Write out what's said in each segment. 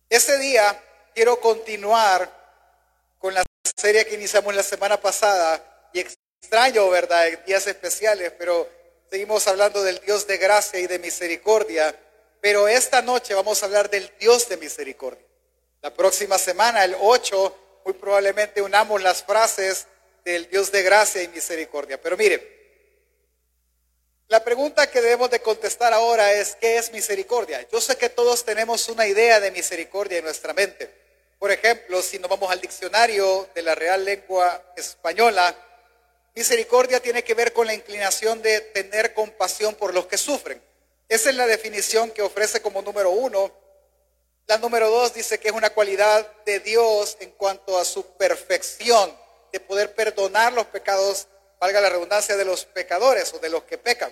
Este día quiero continuar con la serie que iniciamos la semana pasada y extraño, ¿verdad?, en días especiales, pero seguimos hablando del Dios de gracia y de misericordia, pero esta noche vamos a hablar del Dios de misericordia. La próxima semana, el 8, muy probablemente unamos las frases del Dios de gracia y misericordia. Pero mire, la pregunta que debemos de contestar ahora es, ¿qué es misericordia? Yo sé que todos tenemos una idea de misericordia en nuestra mente. Por ejemplo, si nos vamos al diccionario de la Real Lengua Española, misericordia tiene que ver con la inclinación de tener compasión por los que sufren. Esa es la definición que ofrece como número 1. La número 2 dice que es una cualidad de Dios en cuanto a su perfección, de poder perdonar los pecados, valga la redundancia, de los pecadores o de los que pecan.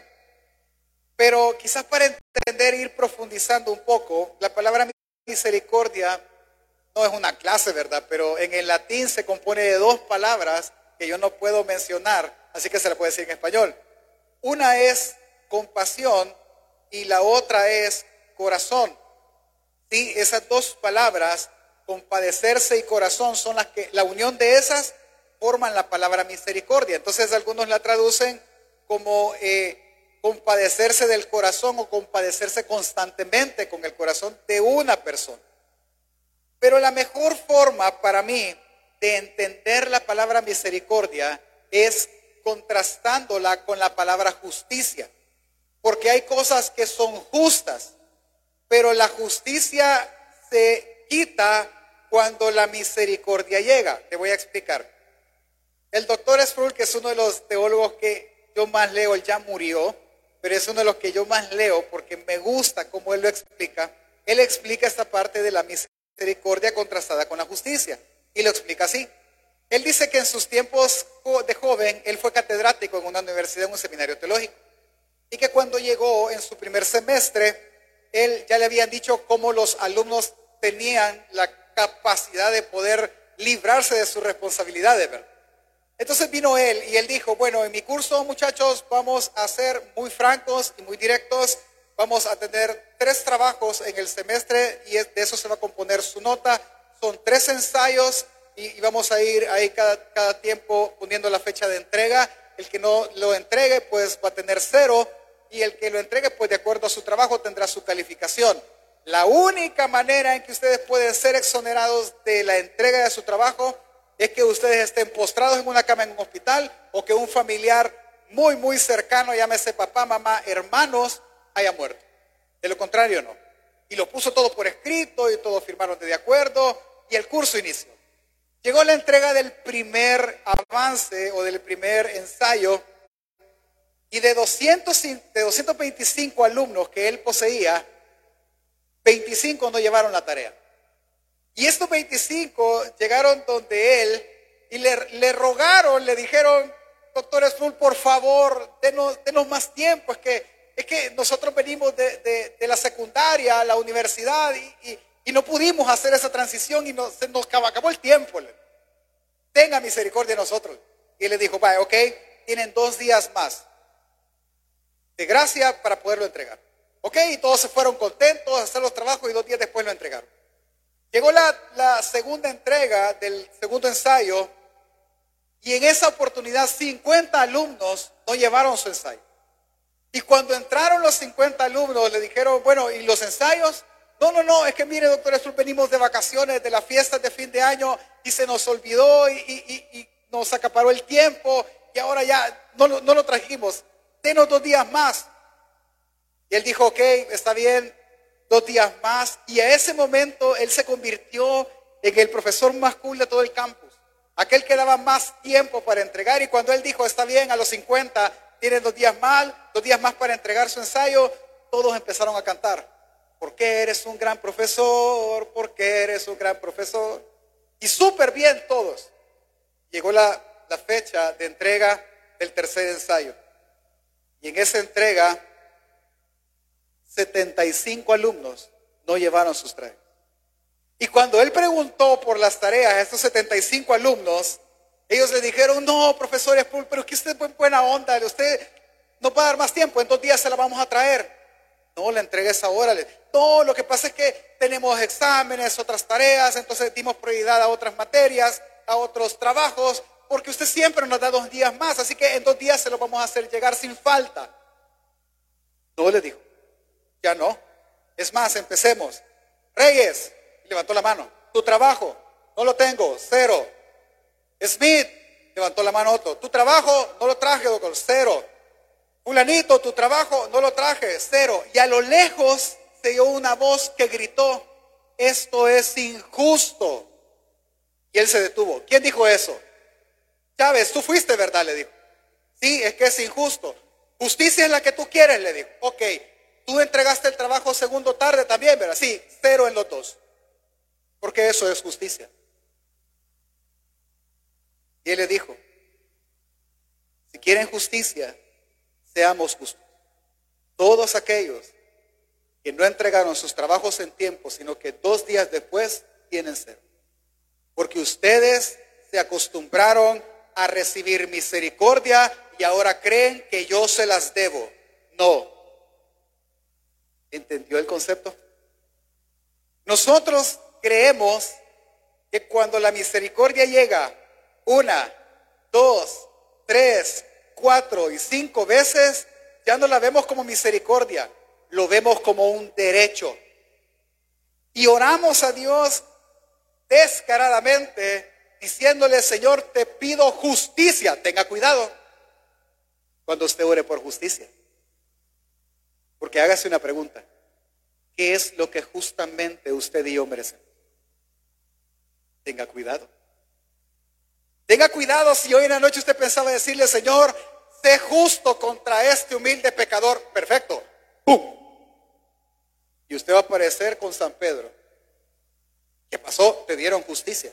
Pero quizás para entender e ir profundizando un poco, la palabra misericordia no es una clase, ¿verdad? Pero en el latín se compone de 2 palabras que yo no puedo mencionar, así que se la puedo decir en español. Una es compasión y la otra es corazón. Sí, esas 2 palabras, compadecerse y corazón, son las que, la unión de esas forman la palabra misericordia. Entonces algunos la traducen como compadecerse del corazón o compadecerse constantemente con el corazón de una persona. Pero la mejor forma para mí de entender la palabra misericordia es contrastándola con la palabra justicia. Porque hay cosas que son justas, pero la justicia se quita cuando la misericordia llega. Te voy a explicar. El doctor Sproul, que es uno de los teólogos que yo más leo, él ya murió, pero es uno de los que yo más leo porque me gusta cómo él lo explica. Él explica esta parte de la misericordia contrastada con la justicia y lo explica así. Él dice que en sus tiempos de joven, él fue catedrático en una universidad, en un seminario teológico, y que cuando llegó en su primer semestre, él ya le habían dicho cómo los alumnos tenían la capacidad de poder librarse de sus responsabilidades, ¿verdad? Entonces vino él y él dijo, bueno, en mi curso, muchachos, vamos a ser muy francos y muy directos. Vamos a tener 3 trabajos en el semestre y de eso se va a componer su nota. Son 3 ensayos y vamos a ir ahí cada tiempo poniendo la fecha de entrega. El que no lo entregue, pues va a tener 0, y el que lo entregue, pues de acuerdo a su trabajo, tendrá su calificación. La única manera en que ustedes pueden ser exonerados de la entrega de su trabajo es que ustedes estén postrados en una cama en un hospital o que un familiar muy, muy cercano, llámese papá, mamá, hermanos, haya muerto. De lo contrario, no. Y lo puso todo por escrito y todos firmaron de acuerdo y el curso inició. Llegó la entrega del primer avance o del primer ensayo y de 225 alumnos que él poseía, 25 no llevaron la tarea. Y estos 25 llegaron donde él y le rogaron, le dijeron, doctor Sproul, por favor, denos más tiempo. Es que nosotros venimos de la secundaria a la universidad y no pudimos hacer esa transición y se nos acabó el tiempo. Tenga misericordia de nosotros. Y él le dijo, vaya, ok, tienen 2 días más de gracia para poderlo entregar. Ok, y todos se fueron contentos a hacer los trabajos y 2 días después lo entregaron. Llegó la segunda entrega del segundo ensayo y en esa oportunidad 50 alumnos no llevaron su ensayo. Y cuando entraron los 50 alumnos le dijeron, bueno, ¿y los ensayos? No, es que mire, doctor Sproul, venimos de vacaciones, de las fiestas de fin de año y se nos olvidó y nos acaparó el tiempo y ahora ya no lo trajimos. Denos 2 días más. Y él dijo, ok, está bien. 2 días más, y a ese momento él se convirtió en el profesor más cool de todo el campus, aquel que daba más tiempo para entregar. Y cuando él dijo, está bien, a los 50 tienen 2 días más para entregar su ensayo, todos empezaron a cantar, ¿por qué eres un gran profesor? ¿Por qué eres un gran profesor? Y súper bien todos. Llegó la fecha de entrega del tercer ensayo, y en esa entrega 75 alumnos no llevaron sus tareas. Y cuando él preguntó por las tareas a estos 75 alumnos, ellos le dijeron, no, profesor Sproul, pero es que usted es buena onda, usted nos va a dar más tiempo, en 2 días se la vamos a traer. No la entregues ahora. No, lo que pasa es que tenemos exámenes, otras tareas, entonces dimos prioridad a otras materias, a otros trabajos, porque usted siempre nos da 2 días más, así que en 2 días se lo vamos a hacer llegar sin falta. No, le dijo, ya no. Es más, empecemos. Reyes, levantó la mano. Tu trabajo, no lo tengo, 0. Smith, levantó la mano otro. Tu trabajo, no lo traje, doctor, 0. Fulanito, tu trabajo, no lo traje, 0. Y a lo lejos se oyó una voz que gritó, esto es injusto. Y él se detuvo. ¿Quién dijo eso? Chávez, tú fuiste, ¿verdad? Le dijo. Sí, es que es injusto. Justicia es la que tú quieres, le dijo. Ok, tú entregaste el trabajo segundo tarde también, ¿verdad? Sí, 0 en los 2. Porque eso es justicia. Y él le dijo, si quieren justicia, seamos justos. Todos aquellos que no entregaron sus trabajos en tiempo, sino que 2 días después tienen 0. Porque ustedes se acostumbraron a recibir misericordia y ahora creen que yo se las debo. No. ¿Entendió el concepto? Nosotros creemos que cuando la misericordia llega 1, 2, 3, 4 y 5 veces, ya no la vemos como misericordia, lo vemos como un derecho. Y oramos a Dios descaradamente, diciéndole, Señor, te pido justicia. Tenga cuidado cuando usted ore por justicia. Porque hágase una pregunta. ¿Qué es lo que justamente usted y yo merecemos? Tenga cuidado. Tenga cuidado si hoy en la noche usted pensaba decirle, Señor, sé justo contra este humilde pecador. Perfecto. ¡Pum! Y usted va a aparecer con San Pedro. ¿Qué pasó? Te dieron justicia.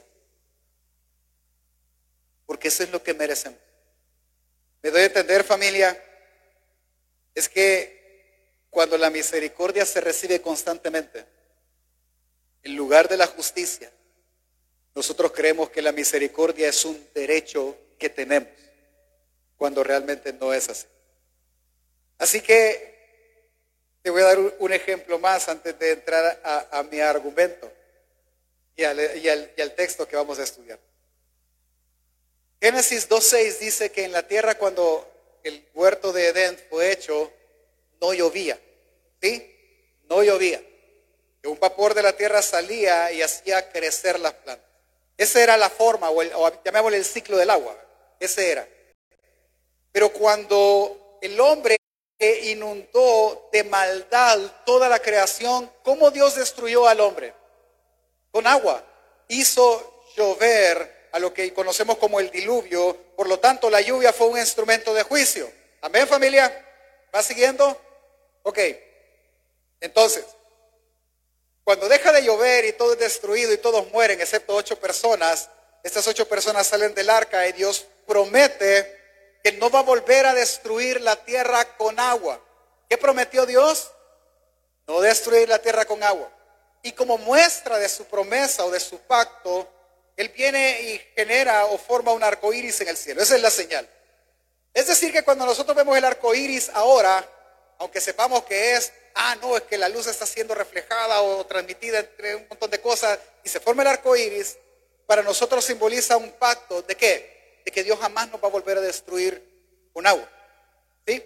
Porque eso es lo que merecemos. ¿Me doy a entender, familia? Es que cuando la misericordia se recibe constantemente, en lugar de la justicia, nosotros creemos que la misericordia es un derecho que tenemos, cuando realmente no es así. Así que te voy a dar un ejemplo más antes de entrar a mi argumento y al texto que vamos a estudiar. Génesis 2:6 dice que en la tierra, cuando el huerto de Edén fue hecho, no llovía. ¿Sí? No llovía. Que un vapor de la tierra salía y hacía crecer las plantas. Esa era la forma, o llamémosle el ciclo del agua. Ese era. Pero cuando el hombre inundó de maldad toda la creación, ¿cómo Dios destruyó al hombre? Con agua. Hizo llover a lo que conocemos como el diluvio. Por lo tanto, la lluvia fue un instrumento de juicio. ¿Amén, familia? ¿Va siguiendo? Ok. Entonces, cuando deja de llover y todo es destruido y todos mueren, excepto 8 personas, estas 8 personas salen del arca y Dios promete que no va a volver a destruir la tierra con agua. ¿Qué prometió Dios? No destruir la tierra con agua. Y como muestra de su promesa o de su pacto, Él viene y genera o forma un arco iris en el cielo. Esa es la señal. Es decir, que cuando nosotros vemos el arco iris ahora, aunque sepamos que es que la luz está siendo reflejada o transmitida entre un montón de cosas y se forma el arco iris, para nosotros simboliza un pacto ¿de qué? De que Dios jamás nos va a volver a destruir con agua. ¿Sí?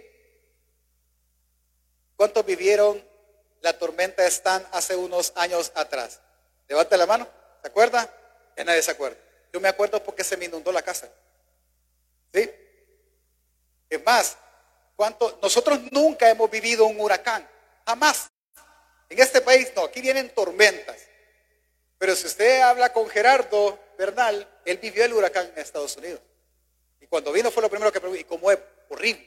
¿Cuántos vivieron la tormenta Stan hace unos años atrás? Levanta la mano, ¿se acuerda? Ya nadie se acuerda. Yo me acuerdo porque se me inundó la casa. ¿Sí? Es más, nosotros nunca hemos vivido un huracán. Jamás. En este país no, aquí vienen tormentas. Pero si usted habla con Gerardo Bernal, él vivió el huracán en Estados Unidos. Y cuando vino fue lo primero que preguntó, ¿y cómo es? Horrible.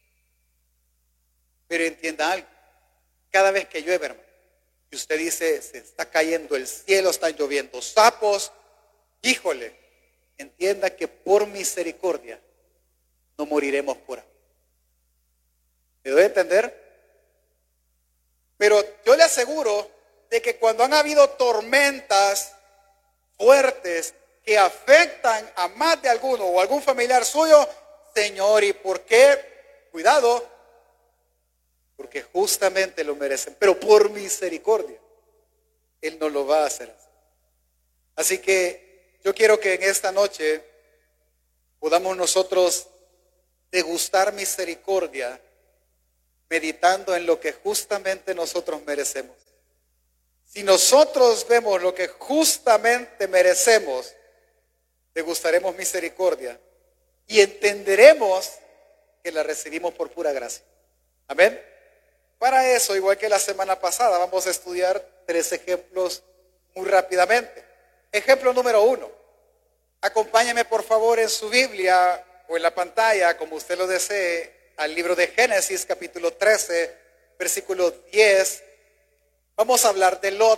Pero entienda algo, cada vez que llueve, hermano, y usted dice, se está cayendo el cielo, están lloviendo sapos, híjole, entienda que por misericordia no moriremos por agua. ¿Me doy a entender? Pero yo le aseguro de que cuando han habido tormentas fuertes que afectan a más de alguno o algún familiar suyo, Señor, ¿y por qué? Cuidado, porque justamente lo merecen, pero por misericordia, Él no lo va a hacer así. Así que yo quiero que en esta noche podamos nosotros degustar misericordia, meditando en lo que justamente nosotros merecemos. Si nosotros vemos lo que justamente merecemos, degustaremos misericordia y entenderemos que la recibimos por pura gracia. Amén. Para eso, igual que la semana pasada, vamos a estudiar 3 ejemplos muy rápidamente. Ejemplo número 1. Acompáñeme por favor en su Biblia o en la pantalla, como usted lo desee, al libro de Génesis, capítulo 13, versículo 10. Vamos a hablar de Lot.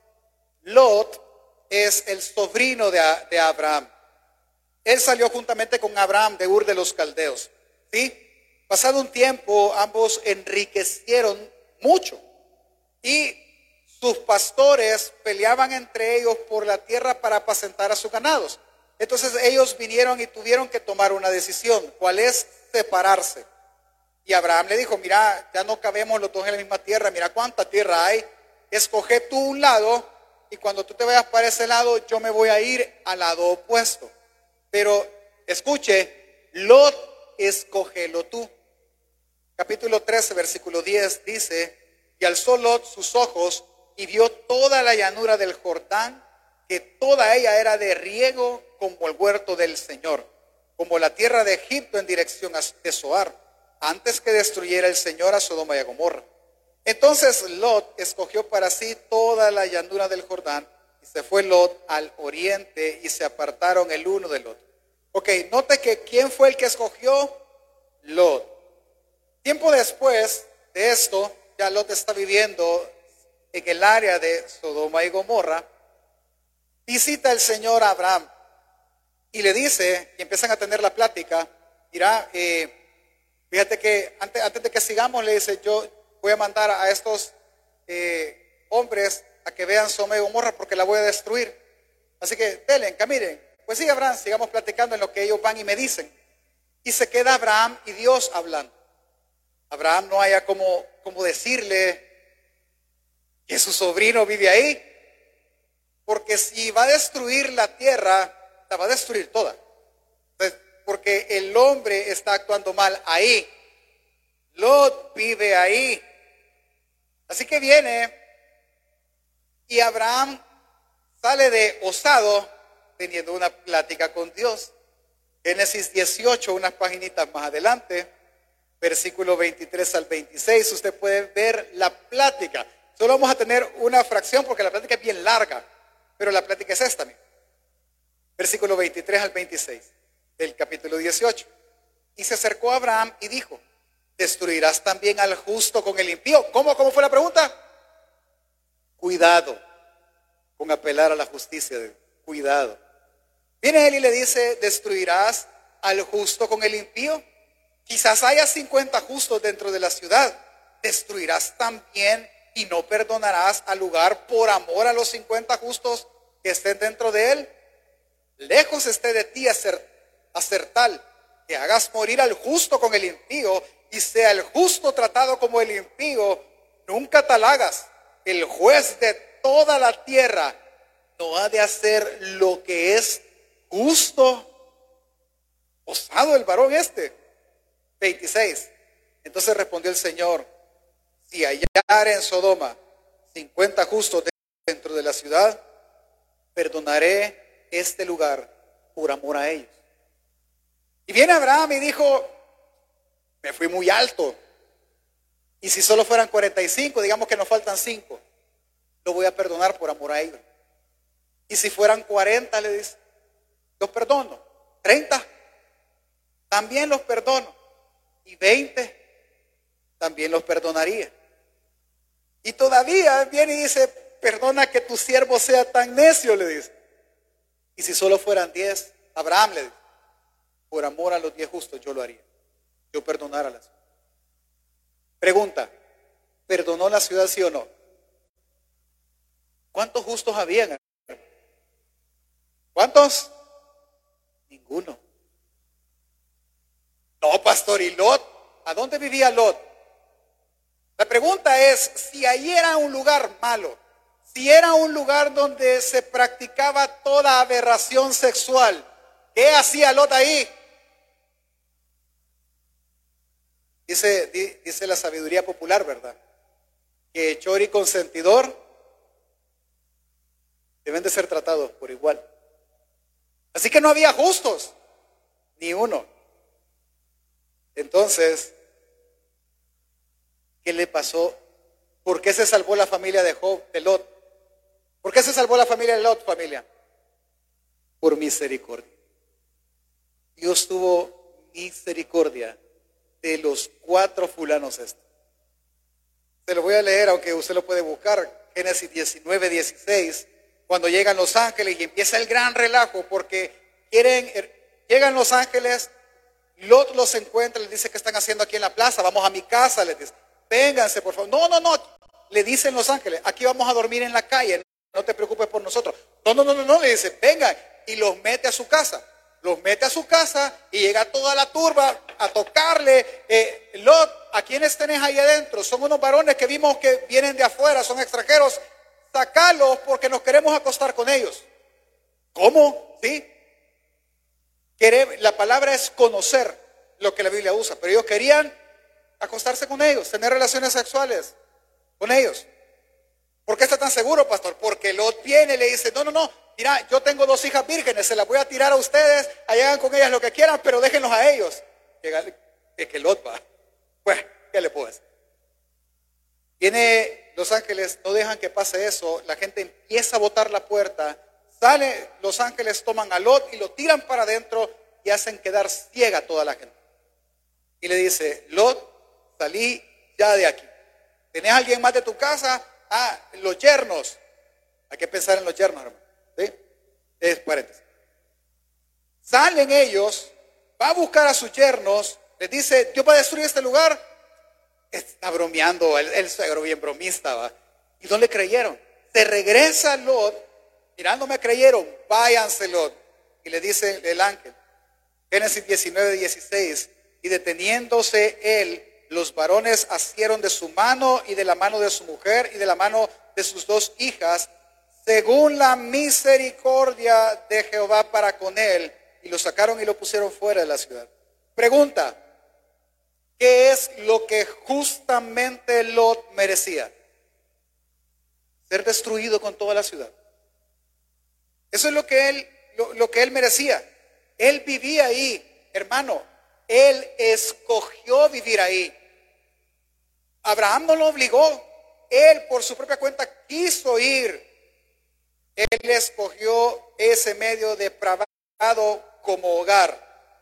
Lot es el sobrino de Abraham. Él salió juntamente con Abraham de Ur de los Caldeos. ¿Sí? Pasado un tiempo, ambos enriquecieron mucho. Y sus pastores peleaban entre ellos por la tierra para apacentar a sus ganados. Entonces ellos vinieron y tuvieron que tomar una decisión. ¿Cuál es? Separarse. Y Abraham le dijo, mira, ya no cabemos los dos en la misma tierra. Mira cuánta tierra hay. Escoge tú un lado y cuando tú te vayas para ese lado, yo me voy a ir al lado opuesto. Pero escuche, Lot, escógelo tú. Capítulo 13, versículo 10 dice, y alzó Lot sus ojos y vio toda la llanura del Jordán, que toda ella era de riego como el huerto del Señor, como la tierra de Egipto en dirección de Zoar, antes que destruyera el Señor a Sodoma y a Gomorra. Entonces Lot escogió para sí toda la llanura del Jordán, y se fue Lot al oriente y se apartaron el uno del otro. Ok, note que ¿quién fue el que escogió? Lot. Tiempo después de esto, ya Lot está viviendo en el área de Sodoma y Gomorra. Visita el Señor a Abraham y le dice, y empiezan a tener la plática, mira, fíjate que antes de que sigamos, le dice, yo voy a mandar a estos hombres a que vean Sodoma y Gomorra porque la voy a destruir. Así que denle, caminen. Pues sí, Abraham, sigamos platicando en lo que ellos van y me dicen. Y se queda Abraham y Dios hablando. Abraham no haya como decirle que su sobrino vive ahí, porque si va a destruir la tierra, la va a destruir toda. Entonces, porque el hombre está actuando mal ahí. Lot vive ahí. Así que viene y Abraham sale de osado teniendo una plática con Dios. Génesis 18, unas paginitas más adelante, versículo 23 al 26, usted puede ver la plática. Solo vamos a tener una fracción porque la plática es bien larga, pero la plática es esta misma. Versículo 23 al 26 del capítulo 18. Y se acercó a Abraham y dijo, ¿destruirás también al justo con el impío? ¿Cómo fue la pregunta? Cuidado con apelar a la justicia de Dios. Cuidado. Viene él y le dice, ¿destruirás al justo con el impío? Quizás haya 50 justos dentro de la ciudad. ¿Destruirás también y no perdonarás al lugar por amor a los 50 justos que estén dentro de él? Lejos esté de ti hacer tal que hagas morir al justo con el impío y sea el justo tratado como el impío. Nunca tal hagas. El juez de toda la tierra no ha de hacer lo que es justo. Osado el varón este. 26. Entonces respondió el Señor, si hallar en Sodoma 50 justos dentro de la ciudad, perdonaré este lugar por amor a ellos. Y viene Abraham y dijo, me fui muy alto. Y si solo fueran 45, digamos que nos faltan 5, lo voy a perdonar por amor a ellos. Y si fueran 40, le dice, los perdono. 30, también los perdono. Y 20, también los perdonaría. Y todavía viene y dice, perdona que tu siervo sea tan necio, le dice. Y si solo fueran 10, Abraham le dice, por amor a los 10 justos yo lo haría. Yo perdonara la ciudad. Pregunta, ¿perdonó la ciudad sí o no? ¿Cuántos justos habían? ¿Cuántos? Ninguno. No, pastor, ¿y Lot? ¿A dónde vivía Lot? La pregunta es, si ahí era un lugar malo, si era un lugar donde se practicaba toda aberración sexual, ¿qué hacía Lot ahí? Dice la sabiduría popular, ¿verdad? Que chor y consentidor deben de ser tratados por igual. Así que no había justos, ni uno. Entonces, ¿qué le pasó? ¿Por qué se salvó la familia de Lot? ¿Por qué se salvó la familia de Lot, familia? Por misericordia. Dios tuvo misericordia de los 4 fulanos estos. Se lo voy a leer, aunque usted lo puede buscar. Génesis 19, 16. Cuando llegan los ángeles y empieza el gran relajo porque llegan los ángeles, Lot los encuentra, les dice: ¿qué están haciendo aquí en la plaza? Vamos a mi casa, les dice. Vénganse, por favor. No, le dicen los ángeles: aquí vamos a dormir en la calle, no te preocupes por nosotros. No, le dice: vengan, y los mete a su casa. Los mete a su casa y llega toda la turba a tocarle. Lot, ¿a quiénes tenés ahí adentro? Son unos varones que vimos que vienen de afuera, son extranjeros. Sacalos porque nos queremos acostar con ellos. ¿Cómo? ¿Sí? La palabra es conocer lo que la Biblia usa, pero ellos querían acostarse con ellos, tener relaciones sexuales con ellos. ¿Por qué está tan seguro, pastor? Porque Lot viene y le dice: no, mira, yo tengo 2 hijas vírgenes, se las voy a tirar a ustedes, hagan con ellas lo que quieran, pero déjenlos a ellos. Es que Lot va. Bueno, ¿qué le puedo decir? Viene los ángeles, no dejan que pase eso, la gente empieza a botar la puerta, sale, los ángeles toman a Lot y lo tiran para adentro y hacen quedar ciega a toda la gente. Y le dice: Lot, salí ya de aquí. ¿Tenés a alguien más de tu casa? Los yernos. Hay que pensar en los yernos, hermano. ¿Sí? Es paréntesis. Salen ellos, va a buscar a sus yernos, les dice: Dios va a destruir este lugar. Está bromeando, el suegro bien bromista, ¿va? Y no le creyeron. Se regresa Lot, mirá, no me creyeron, váyanse Lot. Y le dice el ángel, Génesis 19, 16, y deteniéndose él, los varones asieron de su mano y de la mano de su mujer y de la mano de sus 2 hijas, según la misericordia de Jehová para con él, y lo sacaron y lo pusieron fuera de la ciudad. Pregunta: ¿qué es lo que justamente Lot merecía? Ser destruido con toda la ciudad. Eso es lo que él merecía. Él vivía ahí, hermano. Él escogió vivir ahí. Abraham no lo obligó. Él por su propia cuenta quiso ir. Él escogió ese medio depravado como hogar.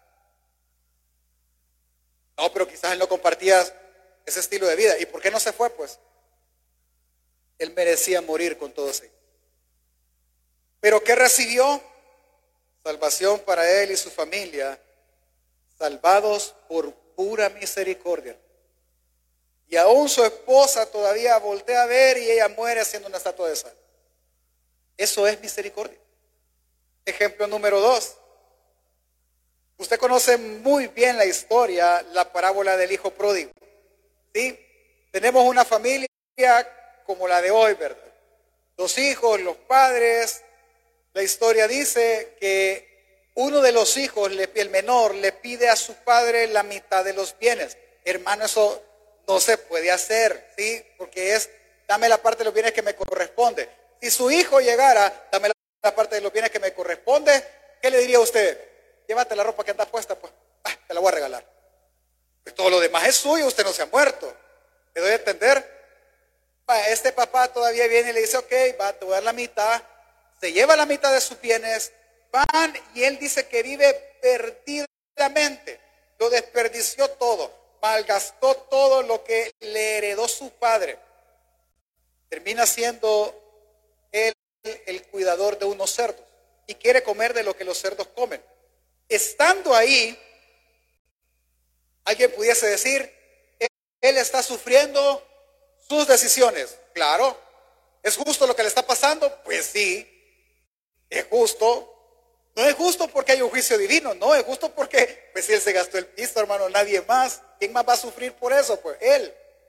No, pero quizás él no compartía ese estilo de vida. ¿Y por qué no se fue, pues? Él merecía morir con todos ellos. ¿Pero qué recibió? Salvación para él y su familia, salvados por pura misericordia. Y aún su esposa todavía voltea a ver y ella muere haciendo una estatua de sal. Eso es misericordia. Ejemplo número 2. Usted conoce muy bien la historia, la parábola del hijo pródigo. ¿Sí? Tenemos una familia como la de hoy, ¿verdad? 2 hijos, los padres. La historia dice que uno de los hijos, el menor, le pide a su padre la mitad de los bienes. Hermano, eso no se puede hacer, ¿sí? Porque es: dame la parte de los bienes que me corresponde. Si su hijo llegara: dame la parte de los bienes que me corresponde, ¿qué le diría a usted? Llévate la ropa que anda puesta, pues, te la voy a regalar. Pues todo lo demás es suyo, usted no se ha muerto. ¿Me doy a entender? Este papá todavía viene y le dice: ok, te voy a dar la mitad. Se lleva la mitad de sus bienes, van, y él dice que vive perdidamente. Lo desperdició todo, malgastó todo lo que le heredó su padre. Termina siendo él el cuidador de unos cerdos y quiere comer de lo que los cerdos comen. Estando ahí, alguien pudiese decir: él está sufriendo sus decisiones. Claro. ¿Es justo lo que le está pasando? Pues sí, es justo. No es justo porque hay un juicio divino, no, es justo porque, pues si él se gastó el piso, hermano, nadie más. ¿Quién más va a sufrir por eso? Pues él.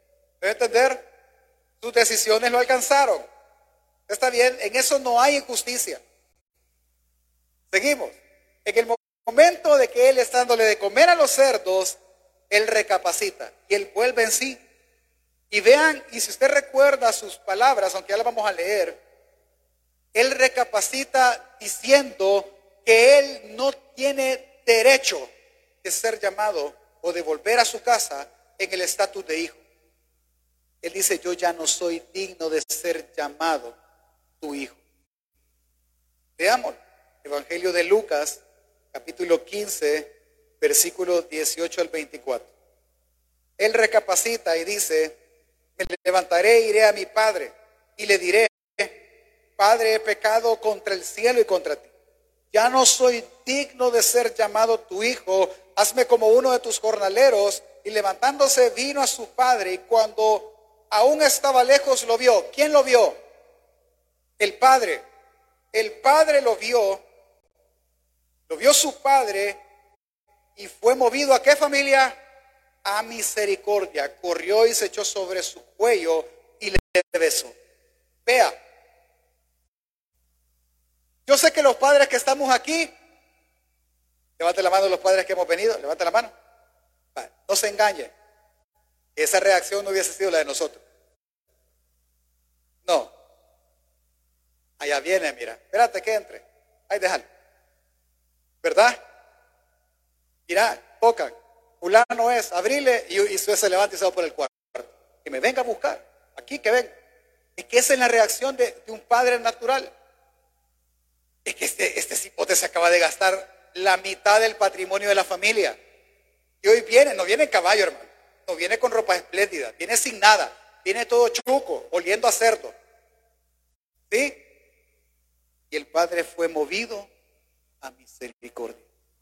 ¿Puede entender? Sus decisiones lo alcanzaron. Está bien, en eso no hay injusticia. Seguimos. En el momento de que él está dándole de comer a los cerdos, él recapacita y él vuelve en sí. Y vean, y si usted recuerda sus palabras, aunque ya las vamos a leer, él recapacita diciendo que él no tiene derecho de ser llamado o de volver a su casa en el estatus de hijo. Él dice, yo ya no soy digno de ser llamado tu hijo. Veamos, Evangelio de Lucas, capítulo 15, versículos 18 al 24. Él recapacita y dice, me levantaré e iré a mi padre y le diré, Padre, he pecado contra el cielo y contra ti. Ya no soy digno de ser llamado tu hijo, hazme como uno de tus jornaleros. Y levantándose vino a su padre, y cuando aún estaba lejos lo vio. ¿Quién lo vio? El padre. El padre lo vio su padre, y fue movido ¿a qué, familia? A misericordia. Corrió y se echó sobre su cuello y le besó. Vea, yo sé que los padres que estamos aquí, levante la mano los padres que hemos venido, levante la mano. No se engañe, esa reacción no hubiese sido la de nosotros. No. Allá viene, mira, espérate que entre. Ahí déjalo. ¿Verdad? Mira, tocan. Fulano es, abrile, y usted se levanta y se va por el cuarto. Que me venga a buscar, aquí que venga. Es que esa es la reacción de un padre natural. Es que este cipote se acaba de gastar la mitad del patrimonio de la familia. Y hoy viene, no viene en caballo, hermano. No viene con ropa espléndida, viene sin nada. Viene todo chuco, oliendo a cerdo. ¿Sí? Y el padre fue movido a misericordia.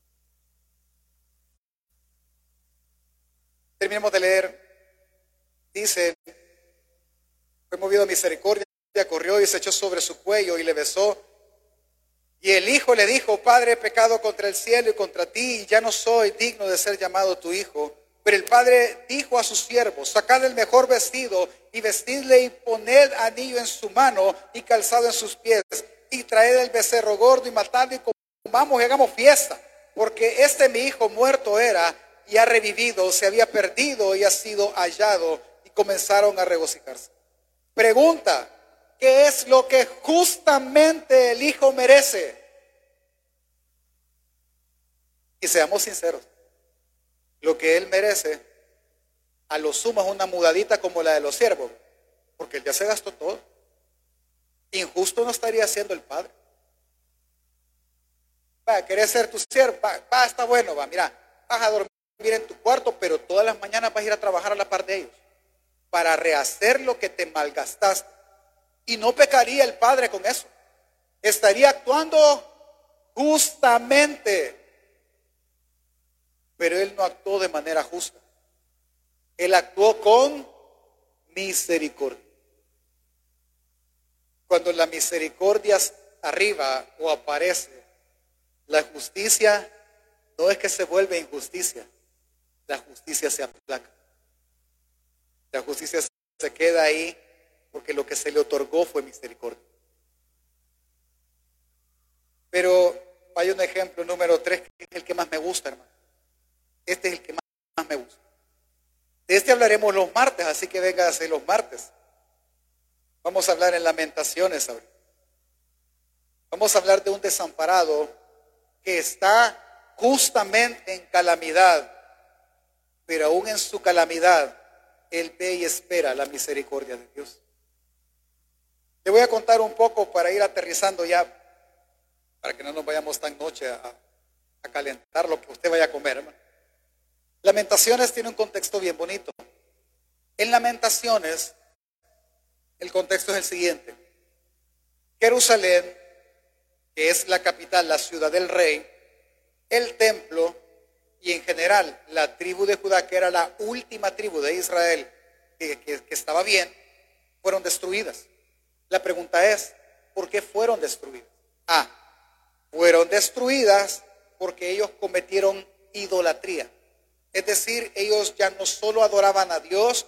Terminemos de leer. Dice, fue movido a misericordia, corrió y se echó sobre su cuello y le besó. Y el hijo le dijo, Padre, he pecado contra el cielo y contra ti, y ya no soy digno de ser llamado tu hijo. Pero el padre dijo a sus siervos, sacad el mejor vestido y vestidle y poned anillo en su mano y calzado en sus pies. Y traed el becerro gordo y matadlo y comamos y hagamos fiesta. Porque mi hijo muerto era y ha revivido, se había perdido y ha sido hallado. Y comenzaron a regocijarse. Pregunta, ¿qué es lo que justamente el hijo merece? Y seamos sinceros, lo que él merece, a lo sumo es una mudadita como la de los siervos, porque él ya se gastó todo. Injusto no estaría siendo el padre. Va, ¿querés ser tu siervo? Va, está bueno, va, mira, vas a dormir en tu cuarto, pero todas las mañanas vas a ir a trabajar a la par de ellos, para rehacer lo que te malgastaste. Y no pecaría el padre con eso. Estaría actuando justamente. Pero él no actuó de manera justa. Él actuó con misericordia. Cuando la misericordia arriba o aparece, la justicia no es que se vuelve injusticia. La justicia se aplaca. La justicia se queda ahí porque lo que se le otorgó fue misericordia. Pero hay un ejemplo número 3 que es el que más me gusta, hermano. Este es el que más me gusta. De este hablaremos los martes, así que véngase los martes. Vamos a hablar en Lamentaciones ahora. Vamos a hablar de un desamparado que está justamente en calamidad, pero aún en su calamidad, él ve y espera la misericordia de Dios. Le voy a contar un poco para ir aterrizando ya, para que no nos vayamos tan noche a calentar lo que usted vaya a comer, hermano. Lamentaciones tiene un contexto bien bonito. En Lamentaciones, el contexto es el siguiente. Jerusalén, que es la capital, la ciudad del rey, el templo y en general la tribu de Judá, que era la última tribu de Israel que estaba bien, fueron destruidas. La pregunta es, ¿por qué fueron destruidas? Fueron destruidas porque ellos cometieron idolatría. Es decir, ellos ya no solo adoraban a Dios,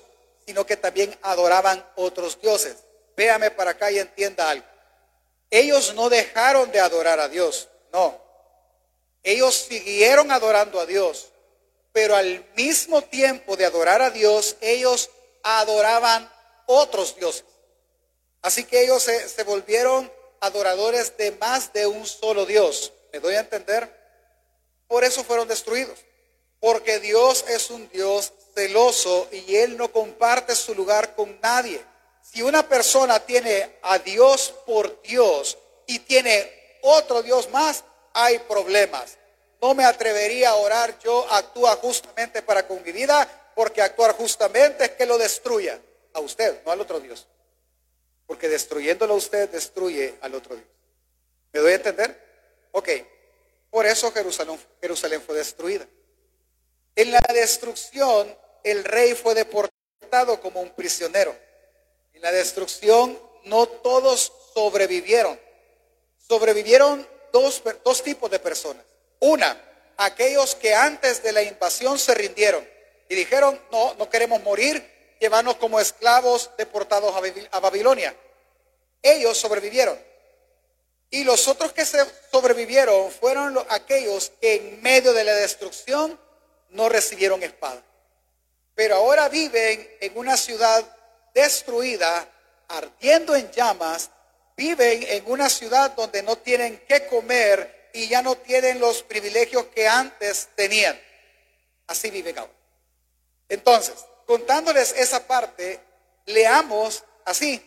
sino que también adoraban otros dioses. Véame para acá y entienda algo. Ellos no dejaron de adorar a Dios, no. Ellos siguieron adorando a Dios, pero al mismo tiempo de adorar a Dios, ellos adoraban otros dioses. Así que ellos se volvieron adoradores de más de un solo Dios. ¿Me doy a entender? Por eso fueron destruidos. Porque Dios es un Dios celoso y Él no comparte su lugar con nadie. Si una persona tiene a Dios por Dios y tiene otro Dios más, hay problemas. No me atrevería a orar yo, actúa justamente para con mi vida, porque actuar justamente es que lo destruya a usted, no al otro Dios. Porque destruyéndolo a usted, destruye al otro Dios. ¿Me doy a entender? Ok, por eso Jerusalén fue destruida. En la destrucción, el rey fue deportado como un prisionero. En la destrucción, no todos sobrevivieron. Sobrevivieron dos tipos de personas. Una, aquellos que antes de la invasión se rindieron y dijeron, no queremos morir, llévanos como esclavos deportados a Babilonia. Ellos sobrevivieron. Y los otros que sobrevivieron fueron aquellos que en medio de la destrucción no recibieron espada. Pero ahora viven en una ciudad destruida, ardiendo en llamas. Viven en una ciudad donde no tienen qué comer y ya no tienen los privilegios que antes tenían. Así viven ahora. Entonces, contándoles esa parte, leamos así.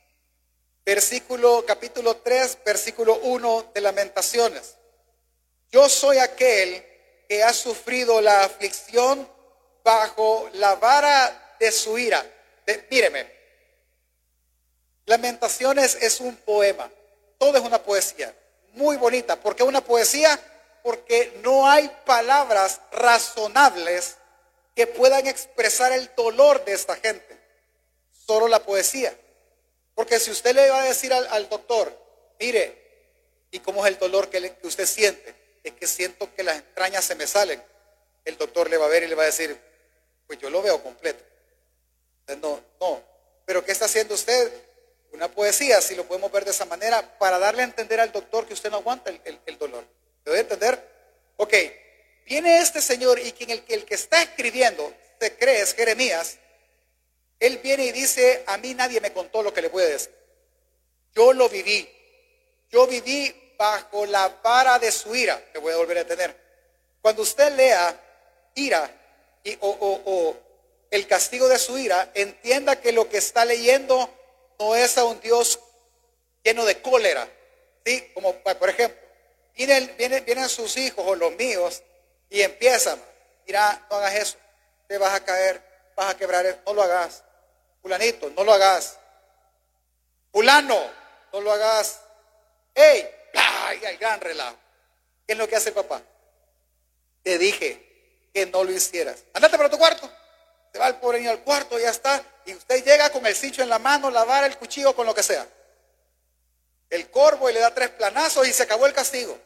Capítulo 3, versículo 1 de Lamentaciones. Yo soy aquel que ha sufrido la aflicción bajo la vara de su ira. Míreme, Lamentaciones es un poema, todo es una poesía, muy bonita. ¿Por qué una poesía? Porque no hay palabras razonables que puedan expresar el dolor de esta gente, solo la poesía. Porque si usted le va a decir al doctor, mire, ¿y cómo es el dolor que usted siente? Es que siento que las entrañas se me salen. El doctor le va a ver y le va a decir, pues yo lo veo completo. No, pero ¿qué está haciendo usted? Una poesía, si lo podemos ver de esa manera, para darle a entender al doctor que usted no aguanta el dolor. ¿Me voy a entender? Ok, viene este señor y el que está escribiendo, se cree, es Jeremías. Él viene y dice, a mí nadie me contó lo que le puede decir. Yo lo viví. Yo viví bajo la vara de su ira. Me voy a volver a tener. Cuando usted lea ira o el castigo de su ira, entienda que lo que está leyendo no es a un Dios lleno de cólera. ¿Sí? Como por ejemplo, vienen sus hijos o los míos y empiezan, mira, no hagas eso, te vas a caer, vas a quebrar, no lo hagas. Fulanito, no lo hagas. Fulano, no lo hagas. ¡Ey! ¡Ay, el gran relajo! ¿Qué es lo que hace el papá? Te dije que no lo hicieras. Andate para tu cuarto. Se va el pobre niño al cuarto, ya está. Y usted llega con el cincho en la mano, la vara, el cuchillo, con lo que sea. El corvo y le da 3 planazos y se acabó el castigo.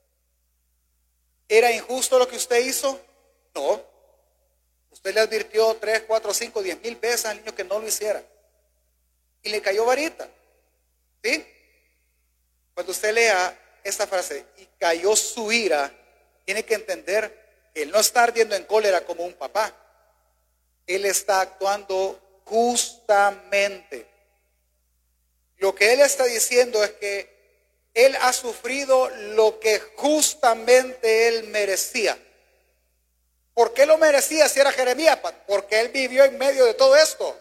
¿Era injusto lo que usted hizo? No. Usted le advirtió 3, 4, 5, 10 mil veces al niño que no lo hiciera. Y le cayó varita. ¿Sí? Cuando usted lea esta frase, y cayó su ira, tiene que entender que él no está ardiendo en cólera como un papá. Él está actuando justamente. Lo que él está diciendo es que él ha sufrido lo que justamente él merecía. ¿Por qué lo merecía si era Jeremías? Porque él vivió en medio de todo esto.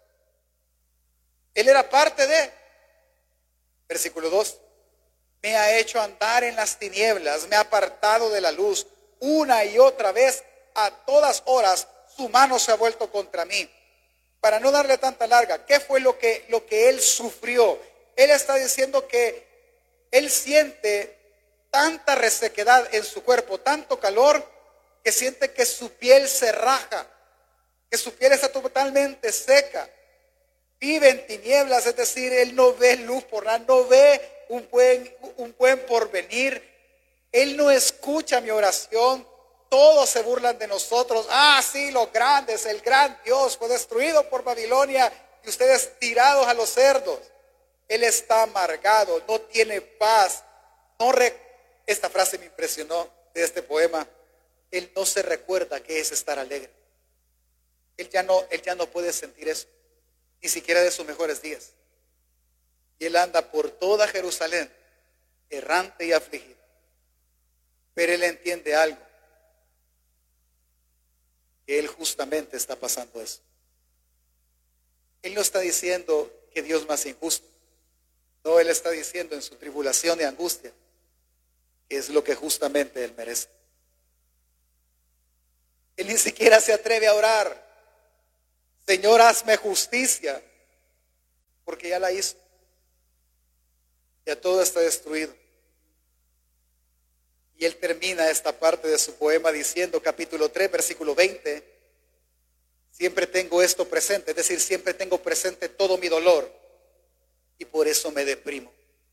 Él era parte de. Versículo 2. Me ha hecho andar en las tinieblas, me ha apartado de la luz. Una y otra vez, a todas horas, su mano se ha vuelto contra mí. Para no darle tanta larga, ¿qué fue lo que él sufrió? Él está diciendo que él siente tanta resequedad en su cuerpo, tanto calor, que siente que su piel se raja, que su piel está totalmente seca. Vive en tinieblas, es decir, él no ve luz por nada, no ve un buen porvenir. Él no escucha mi oración. todos se burlan de nosotros. Ah, sí, los grandes, el gran Dios fue destruido por Babilonia y ustedes tirados a los cerdos. Él está amargado, no tiene paz. Esta frase me impresionó de este poema. Él no se recuerda qué es estar alegre. Él ya no puede sentir eso, ni siquiera de sus mejores días. Y él anda por toda Jerusalén, errante y afligido. Pero él entiende algo, que él justamente está pasando eso. Él no está diciendo que Dios es más injusto. No, él está diciendo en su tribulación y angustia que es lo que justamente él merece. Él ni siquiera se atreve a orar: Señor, hazme justicia, porque ya la hizo. Ya todo está destruido. Y él termina esta parte de su poema diciendo, capítulo 3, versículo 20, siempre tengo esto presente, es decir, siempre tengo presente todo mi dolor y por eso me deprimo.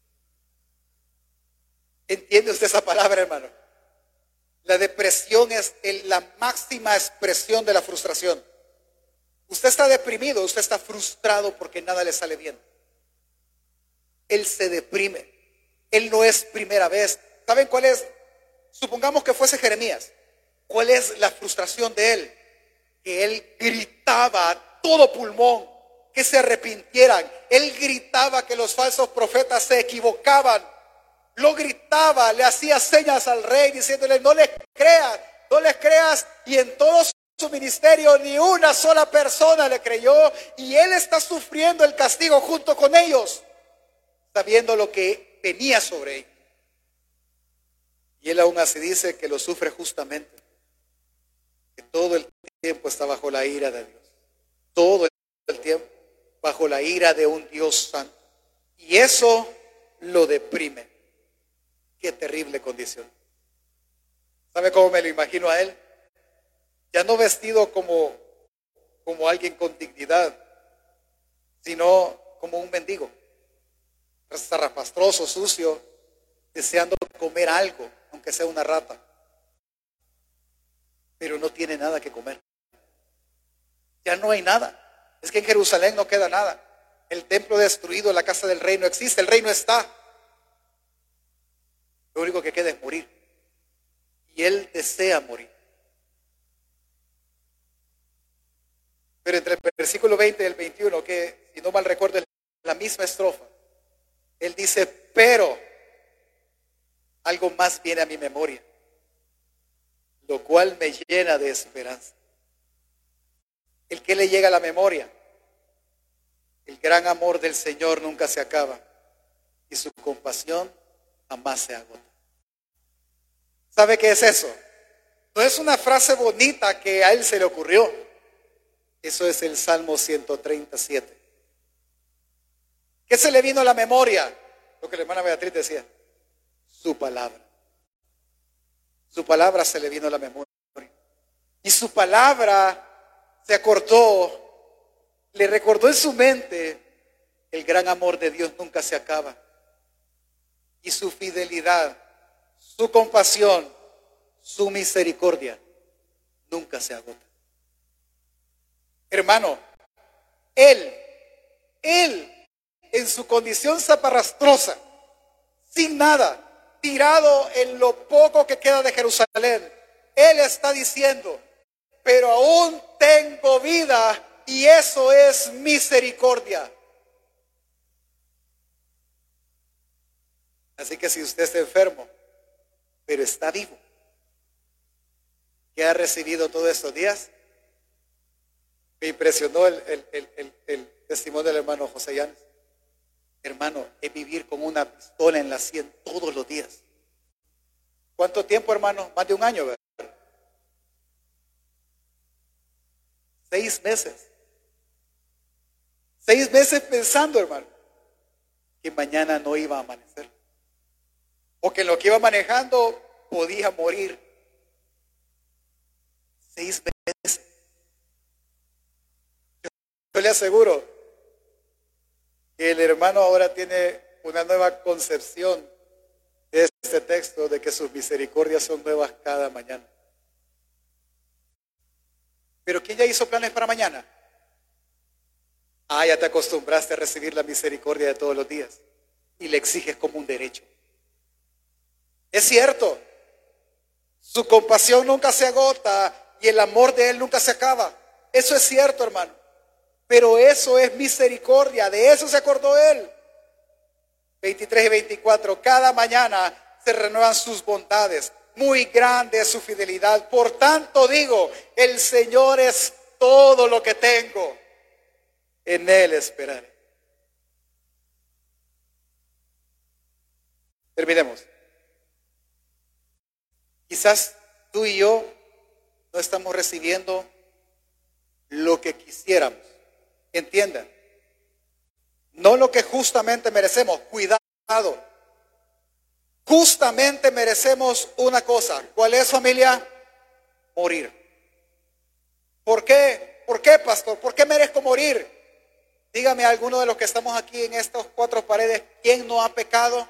¿Entiende usted esa palabra, hermano? La depresión es la máxima expresión de la frustración. Usted está deprimido, usted está frustrado porque nada le sale bien. Él se deprime. Él no es primera vez. ¿Saben cuál es? Supongamos que fuese Jeremías. ¿Cuál es la frustración de él? Que él gritaba a todo pulmón que se arrepintieran. Él gritaba que los falsos profetas se equivocaban. Lo gritaba, le hacía señas al rey diciéndole: no les creas, no les creas. Y en todo su ministerio ni una sola persona le creyó, y él está sufriendo el castigo junto con ellos, sabiendo lo que venía sobre él. Y él aún así dice que lo sufre justamente, que todo el tiempo está bajo la ira de Dios, todo el tiempo bajo la ira de un Dios santo, y eso lo deprime. Qué terrible condición. ¿Sabe cómo me lo imagino a él? Ya no vestido como alguien con dignidad, sino como un mendigo, zarrapastroso, sucio, deseando comer algo, aunque sea una rata, pero no tiene nada que comer. Ya no hay nada. Es que en Jerusalén no queda nada. El templo destruido, la casa del rey no existe, el rey no está. Lo único que queda es morir. Y él desea morir. Pero entre el versículo 20 y el 21, que si no mal recuerdo es la misma estrofa, él dice: pero algo más viene a mi memoria, lo cual me llena de esperanza. ¿El que le llega a la memoria? El gran amor del Señor nunca se acaba y su compasión jamás se agota. ¿Sabe qué es eso? No es una frase bonita que a él se le ocurrió. Eso es el Salmo 137. ¿Qué se le vino a la memoria? Lo que la hermana Beatriz decía: su palabra. Su palabra se le vino a la memoria. Y su palabra se acordó, le recordó en su mente: el gran amor de Dios nunca se acaba. Y su fidelidad, su compasión, su misericordia nunca se agota. Hermano, él en su condición zaparrastrosa, sin nada, tirado en lo poco que queda de Jerusalén, él está diciendo: pero aún tengo vida y eso es misericordia. Así que si usted está enfermo, pero está vivo, ¿qué ha recibido todos estos días? Me impresionó el testimonio del hermano José Llanes. Hermano, es vivir con una pistola en la sien todos los días. ¿Cuánto tiempo, hermano? Más de un año, ¿verdad? 6 meses. 6 meses pensando, hermano, que mañana no iba a amanecer, o que en lo que iba manejando podía morir. 6 meses. Yo le aseguro que el hermano ahora tiene una nueva concepción de este texto, de que sus misericordias son nuevas cada mañana. ya hizo planes para mañana? Ya te acostumbraste a recibir la misericordia de todos los días y le exiges como un derecho. Es cierto, su compasión nunca se agota y el amor de Él nunca se acaba. Eso es cierto, hermano. Pero eso es misericordia, de eso se acordó Él. 23 y 24, cada mañana se renuevan sus bondades, muy grande es su fidelidad. Por tanto digo, el Señor es todo lo que tengo, en Él esperaré. Terminemos. Quizás tú y yo no estamos recibiendo lo que quisiéramos. Entiendan, no lo que justamente merecemos. Cuidado. Justamente merecemos una cosa. ¿Cuál es, familia? Morir. ¿Por qué? ¿Por qué, pastor? ¿Por qué merezco morir? Dígame a alguno de los que estamos aquí en estas cuatro paredes, ¿quién no ha pecado?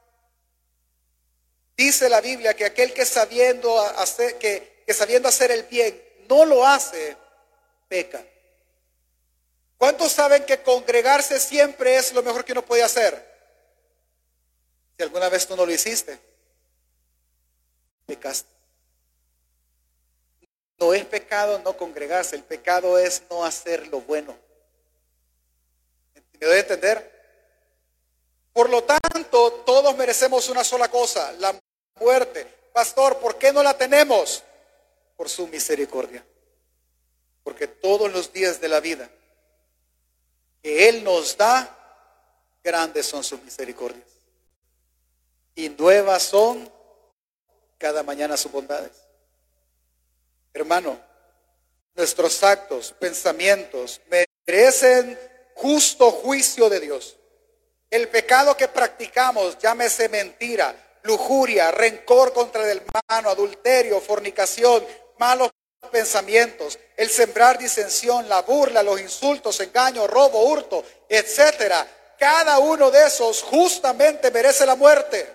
Dice la Biblia que aquel que sabiendo hacer el bien no lo hace, peca. ¿Cuántos saben que congregarse siempre es lo mejor que uno puede hacer? Si alguna vez tú no lo hiciste, pecaste. No es pecado no congregarse, el pecado es no hacer lo bueno. ¿Me doy a entender? Por lo tanto, todos merecemos una sola cosa, la muerte. Pastor, ¿por qué no la tenemos? Por su misericordia. Porque todos los días de la vida que Él nos da, grandes son sus misericordias. Y nuevas son cada mañana sus bondades. Hermano, nuestros actos, pensamientos merecen justo juicio de Dios. El pecado que practicamos, llámese mentira, lujuria, rencor contra el hermano, adulterio, fornicación, malos pensamientos, el sembrar disensión, la burla, los insultos, engaño, robo, hurto, etcétera. Cada uno de esos justamente merece la muerte.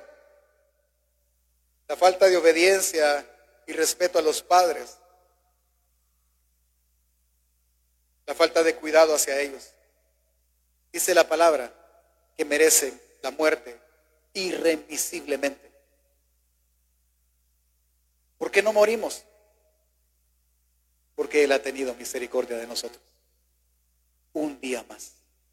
La falta de obediencia y respeto a los padres, la falta de cuidado hacia ellos. Dice la palabra que merecen la muerte irremisiblemente. ¿Por qué no morimos? Porque Él ha tenido misericordia de nosotros. Un día más.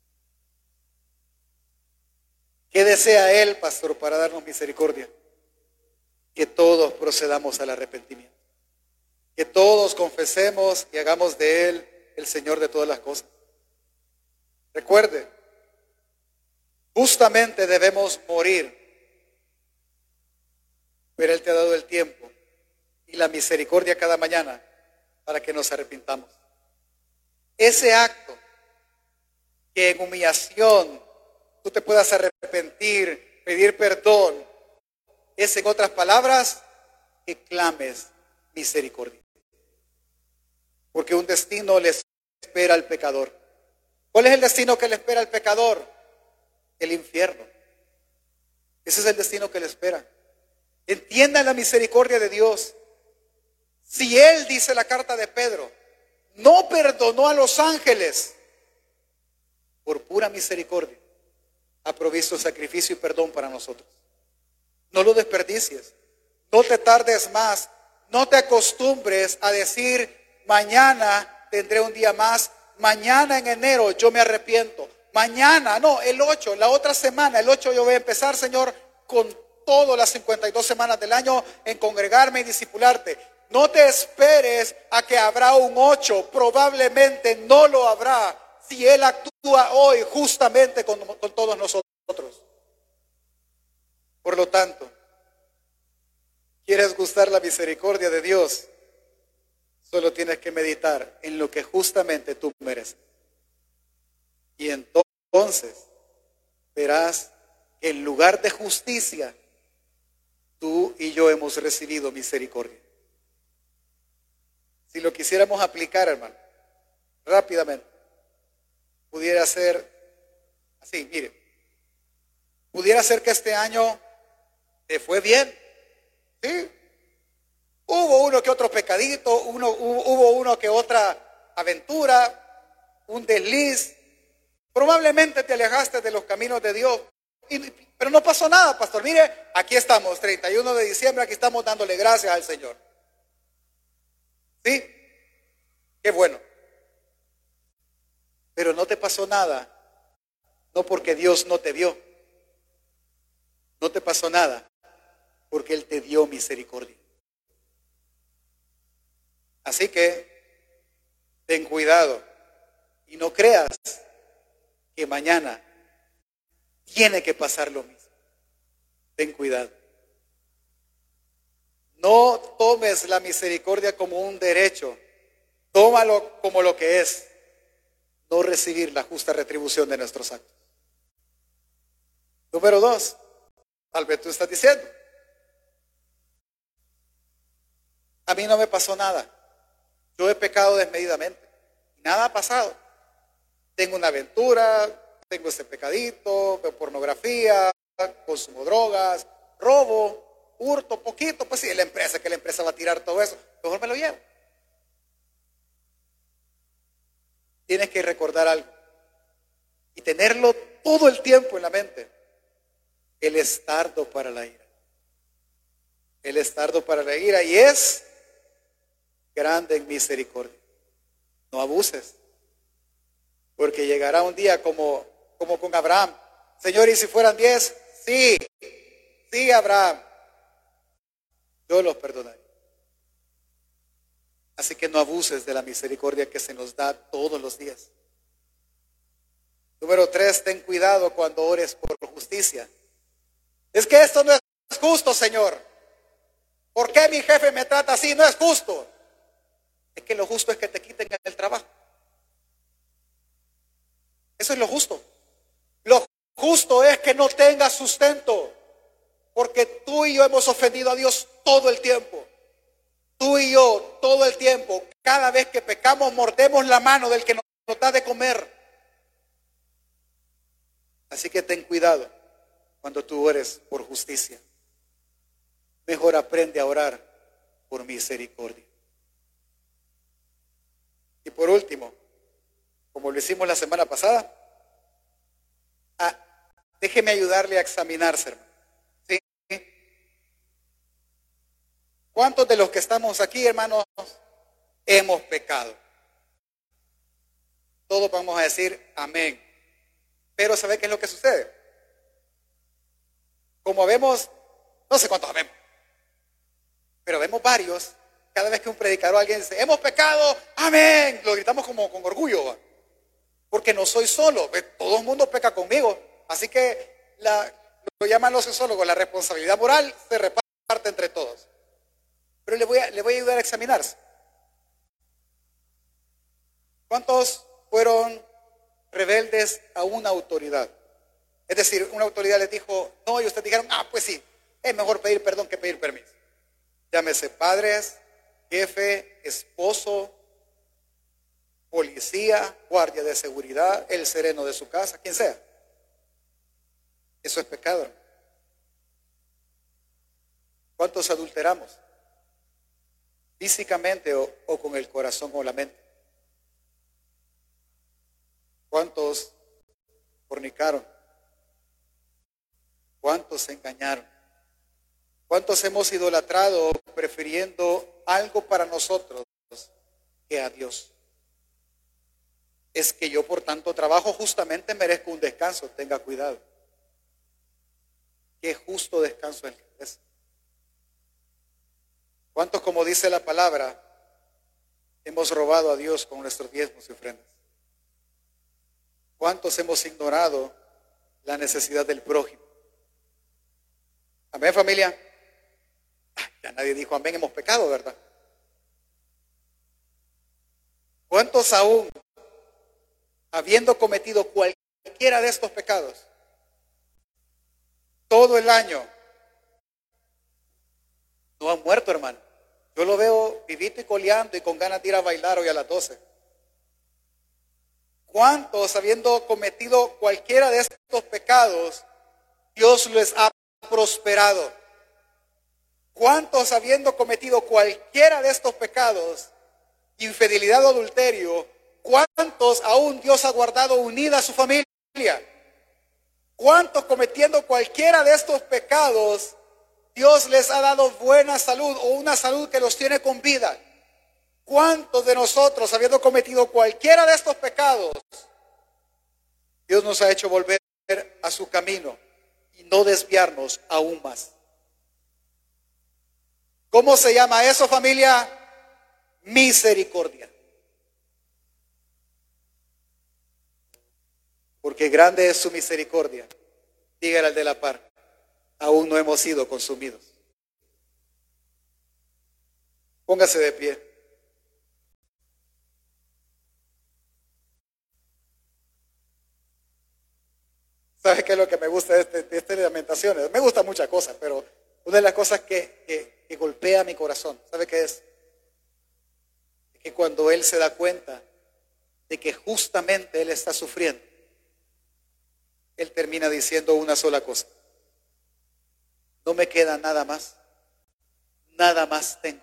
¿Qué desea Él, pastor, para darnos misericordia? Que todos procedamos al arrepentimiento. Que todos confesemos y hagamos de Él el Señor de todas las cosas. Recuerde, justamente debemos morir, pero Él te ha dado el tiempo y la misericordia cada mañana para que nos arrepintamos. Ese acto que en humillación tú te puedas arrepentir, pedir perdón, es, en otras palabras, que clames misericordia. Porque un destino le espera al pecador. ¿Cuál es el destino que le espera al pecador? El infierno. Ese es el destino que le espera. Entiendan la misericordia de Dios. Si Él, dice la carta de Pedro, no perdonó a los ángeles, por pura misericordia ha provisto sacrificio y perdón para nosotros. No lo desperdicies, no te tardes más, no te acostumbres a decir mañana tendré un día más, mañana en enero yo me arrepiento, mañana, no, el 8, la otra semana, el 8 yo voy a empezar, Señor, con todas las 52 semanas del año en congregarme y discipularte. No te esperes a que habrá un 8, probablemente no lo habrá si Él actúa hoy justamente con todos nosotros. Por lo tanto, ¿quieres gustar la misericordia de Dios? Solo tienes que meditar en lo que justamente tú mereces. Y entonces verás que en lugar de justicia, tú y yo hemos recibido misericordia. Si lo quisiéramos aplicar, hermano, rápidamente, pudiera ser así, mire, pudiera ser que este año te fue bien, ¿sí? Hubo uno que otro pecadito, hubo uno que otra aventura, un desliz. Probablemente te alejaste de los caminos de Dios. Pero no pasó nada, pastor. Mire, aquí estamos, 31 de diciembre, aquí estamos dándole gracias al Señor. ¿Sí? Qué bueno. Pero no te pasó nada, no porque Dios no te vio. No te pasó nada, porque Él te dio misericordia. Así que, ten cuidado y no creas que mañana tiene que pasar lo mismo. Ten cuidado. No tomes la misericordia como un derecho. Tómalo como lo que es. No recibir la justa retribución de nuestros actos. Número 2. Tal vez tú estás diciendo: a mí no me pasó nada. Yo he pecado desmedidamente. Nada ha pasado. Tengo una aventura, tengo ese pecadito, veo pornografía, consumo drogas, robo, hurto, poquito. Pues sí, la empresa va a tirar todo eso. Mejor me lo llevo. Tienes que recordar algo y tenerlo todo el tiempo en la mente. Él es tardo para la ira. Él es tardo para la ira y es grande en misericordia. No abuses, porque llegará un día como con Abraham. Señor, ¿y si fueran 10? Sí, Abraham, yo los perdonaré. Así que no abuses de la misericordia que se nos da todos los días. Número 3, ten cuidado cuando ores por justicia. Es que esto no es justo, Señor. ¿Por qué mi jefe me trata así? No es justo. Es que lo justo es que te quiten el trabajo. Eso es lo justo. Lo justo es que no tengas sustento, porque tú y yo hemos ofendido a Dios todo el tiempo. Tú y yo todo el tiempo, cada vez que pecamos, mordemos la mano del que nos da de comer. Así que ten cuidado cuando tú ores por justicia. Mejor aprende a orar por misericordia. Y por último, como lo hicimos la semana pasada, déjeme ayudarle a examinarse, hermano. ¿Sí? ¿Cuántos de los que estamos aquí, hermanos, hemos pecado? Todos vamos a decir amén. Pero ¿sabe qué es lo que sucede? Como vemos, no sé cuántos vemos, pero vemos varios. Cada vez que un predicador o alguien dice, hemos pecado, amén, lo gritamos como con orgullo, ¿va? Porque no soy solo, todo el mundo peca conmigo. Así que lo llaman los sociólogos, la responsabilidad moral se reparte entre todos. Pero le voy a ayudar a examinarse. ¿Cuántos fueron rebeldes a una autoridad? Es decir, una autoridad les dijo no, y ustedes dijeron, pues sí, es mejor pedir perdón que pedir permiso. Llámese padres, jefe, esposo, policía, guardia de seguridad, el sereno de su casa, quien sea. Eso es pecado. ¿Cuántos adulteramos? Físicamente o con el corazón o la mente. ¿Cuántos fornicaron? ¿Cuántos se engañaron? ¿Cuántos hemos idolatrado prefiriendo algo para nosotros que a Dios? Es que yo por tanto trabajo justamente merezco un descanso. Tenga cuidado. Qué justo descanso es el que es. ¿Cuántos, como dice la palabra, hemos robado a Dios con nuestros diezmos y ofrendas? ¿Cuántos hemos ignorado la necesidad del prójimo? Amén, familia. Ya nadie dijo amén, hemos pecado, ¿verdad? ¿Cuántos aún, habiendo cometido cualquiera de estos pecados, todo el año, no han muerto, hermano? Yo lo veo vivito y coleando y con ganas de ir a bailar hoy a las 12. ¿Cuántos, habiendo cometido cualquiera de estos pecados, Dios les ha prosperado? ¿Cuántos, habiendo cometido cualquiera de estos pecados, infidelidad o adulterio, ¿cuántos aún Dios ha guardado unida a su familia? ¿Cuántos cometiendo cualquiera de estos pecados, Dios les ha dado buena salud o una salud que los tiene con vida? ¿Cuántos de nosotros, habiendo cometido cualquiera de estos pecados, Dios nos ha hecho volver a su camino y no desviarnos aún más? ¿Cómo se llama eso, familia? Misericordia. Porque grande es su misericordia. Dígale al de la par, aún no hemos sido consumidos. Póngase de pie. ¿Sabe qué es lo que me gusta de estas Lamentaciones? Me gustan muchas cosas, pero una de las cosas que golpea mi corazón, ¿sabe qué es? Es que cuando él se da cuenta de que justamente él está sufriendo, él termina diciendo una sola cosa: no me queda nada más tengo,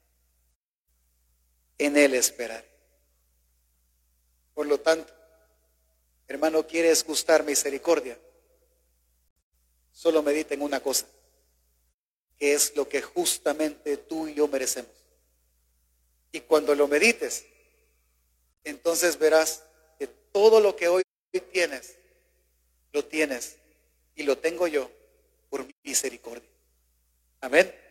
en él esperaré. Por lo tanto, hermano, ¿quieres gustar misericordia? Solo medita en una cosa, que es lo que justamente tú y yo merecemos. Y cuando lo medites, entonces verás que todo lo que hoy tienes, lo tienes y lo tengo yo por misericordia. Amén.